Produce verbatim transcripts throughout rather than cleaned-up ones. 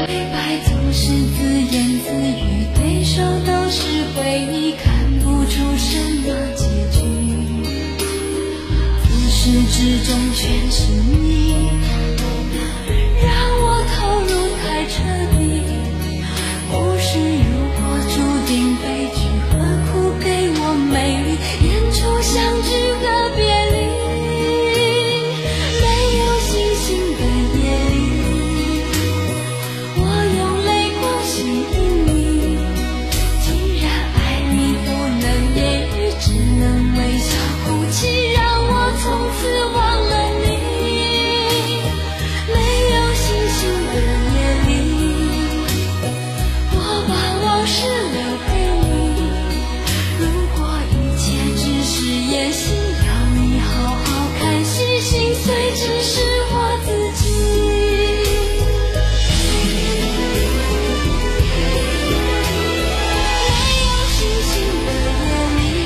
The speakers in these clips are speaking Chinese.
黑白总是自言自语，对手都是回忆，看不出什么结局。自始至终全是你，让我投入太彻底。故事如果注定悲剧，何苦给我美丽，演出相聚的别离。没有星星的夜里，我用泪光吸引你。既然爱你不能言语，只能微笑哭泣，让我从此忘了你。没有星星的夜里，我把往事留给你。如果一切只是演戏，要你好好看戏，心碎只是我自己。没有星星的夜里，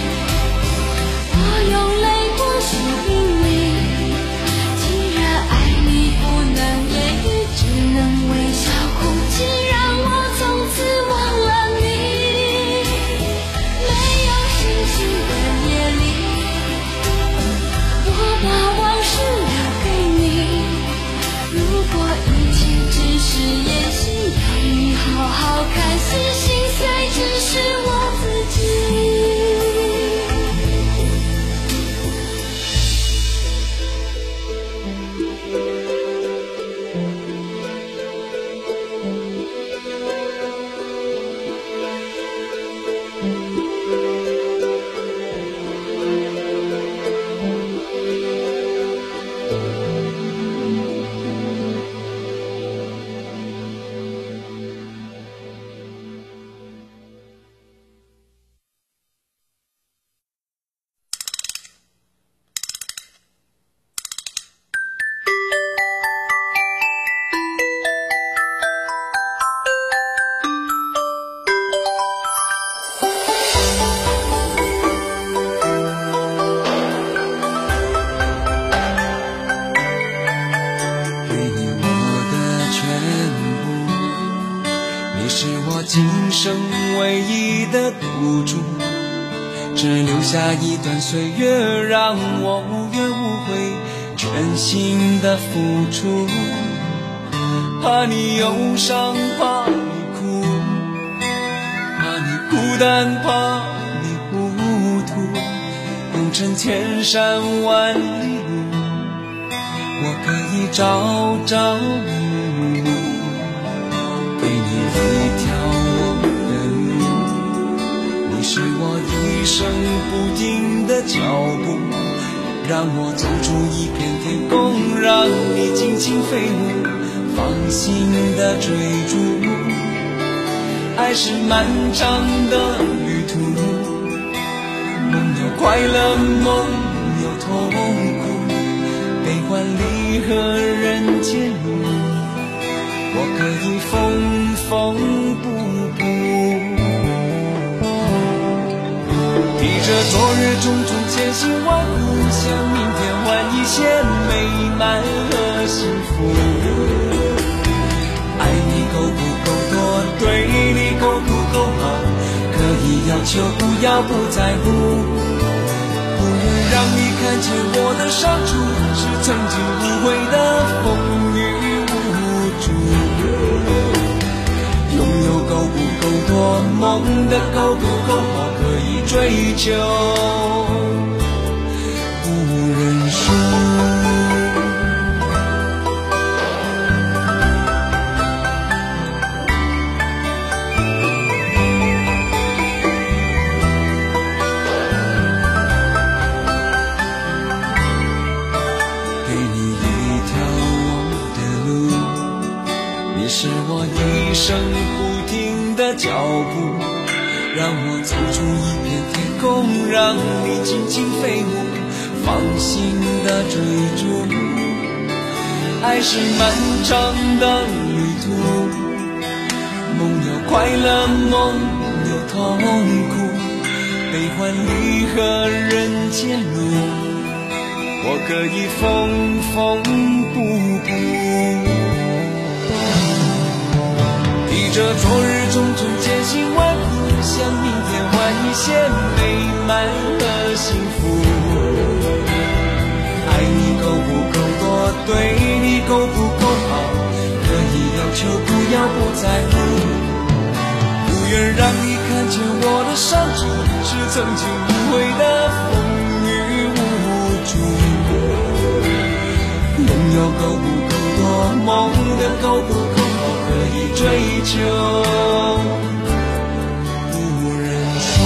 我用泪光吸引你。既然爱你不能言语，只能微笑哭泣，让我从此忘了你。没有星星的夜里，我把往事留给你。如果一切只是演戏，要你好好看戏，心碎只是我自己。 今生唯一的赌注，只留下一段岁月，让我无怨无悔，全心的付出。怕你忧伤，怕你哭，怕你孤单，怕你糊涂。红尘千山万里路，我可以朝朝暮暮，给你一条是我一生不停的脚步，让我走出一片天空，让你尽情飞舞，放心的追逐。爱是漫长的旅途，梦有快乐，梦有痛苦，悲欢离合人间路，我可以缝缝补补。披着昨日种种千辛万苦，向明天换一些美满和幸福。爱你够不够多，对你够不够好，可以要求，不要不在乎。不愿让你看见我的伤处，是曾经无悔的风雨无阻。拥有够不够多，梦的够不够好，可以追求不认输。给你一条我的路，你是我一生不停的脚步，让我走出一片天空，让你尽情飞舞，放心的追逐。爱是漫长的旅途，梦有快乐，梦有痛苦，悲欢离合人间路，我可以缝缝补补。 着昨日种种艰辛万苦，向明天换一些美满和幸福。爱你够不够多，对你够不够好，可以要求，不要不在乎。不愿让你看见我的伤处，是曾经无悔的风雨无阻。拥有够不够多，梦的够不够好，可以追求，不认输。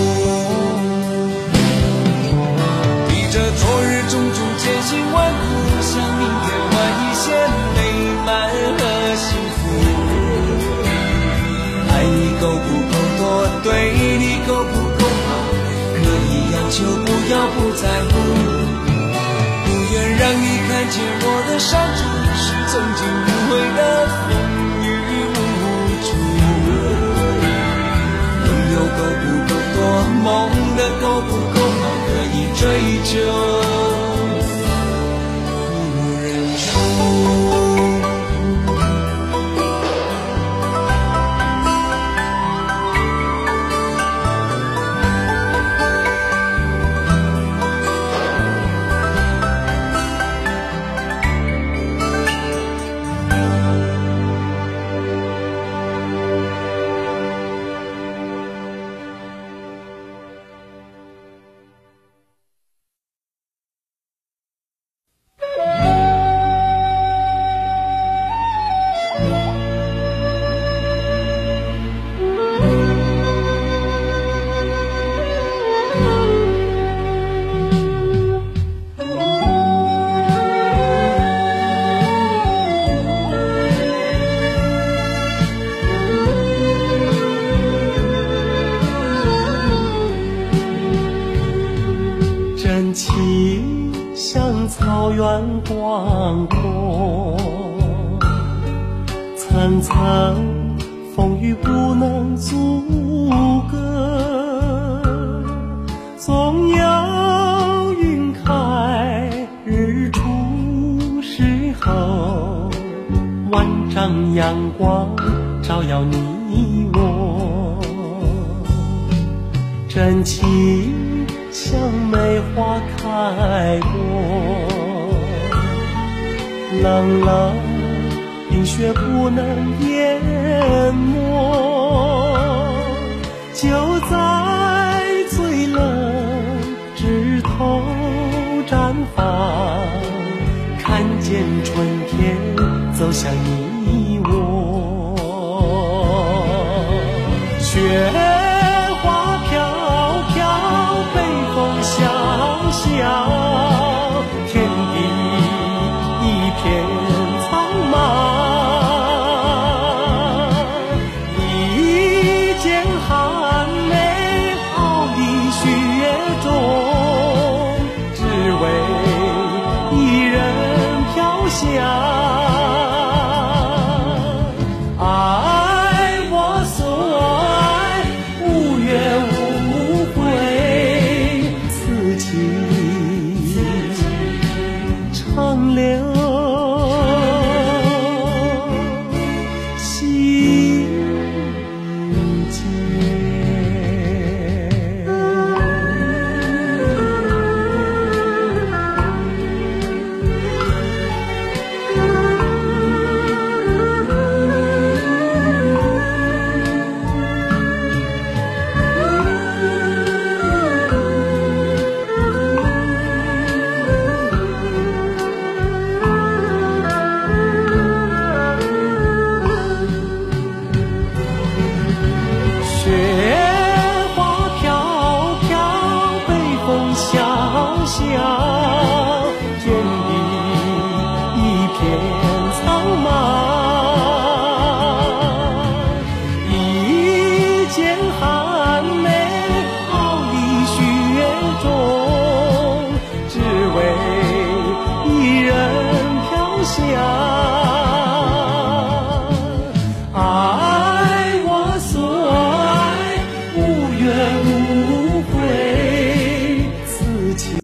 披着昨日种种艰辛万苦，向明天换一些美满和幸福。爱你够不够多，对你够不够好，可以要求，不要不在乎。不愿让你看见我的伤处，是曾经无悔的风雨无阻。拥有够不够多，梦的够不够好，可以追求，不认输。 真情像草原广阔，层层风雨不能阻隔，总有云开日出时候，万丈阳光照耀你我。真情像梅花开过，冷冷冰雪不能淹没，就在最冷枝头绽放，看见春天走向你我。